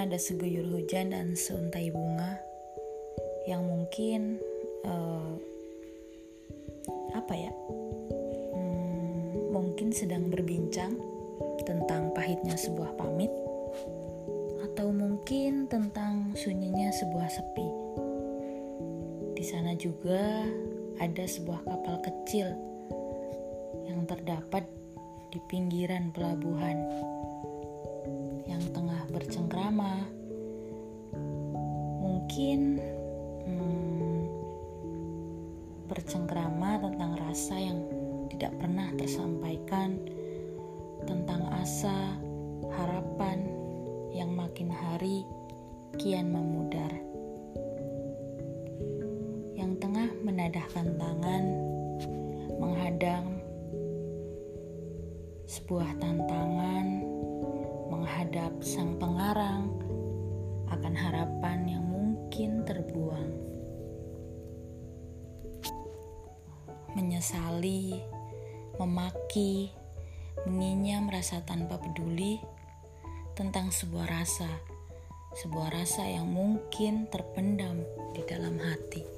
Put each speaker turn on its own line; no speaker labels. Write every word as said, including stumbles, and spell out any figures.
sana ada seguyur hujan dan seuntai bunga yang mungkin uh, apa ya hmm, mungkin sedang berbincang tentang pahitnya sebuah pamit, atau mungkin tentang sunyinya sebuah sepi. Di sana juga ada sebuah kapal kecil yang terdapat di pinggiran pelabuhan yang tengah bercengkrama. Mungkin hmm, bercengkrama tentang rasa yang tidak pernah tersampaikan, tentang asa, harapan yang makin hari kian memudar, yang tengah menadahkan tangan menghadang sebuah tantangan, menghadap sang pengarang akan harapan yang mungkin terbuang. Menyesali, memaki, menginyam rasa tanpa peduli tentang sebuah rasa, sebuah rasa yang mungkin terpendam di dalam hati.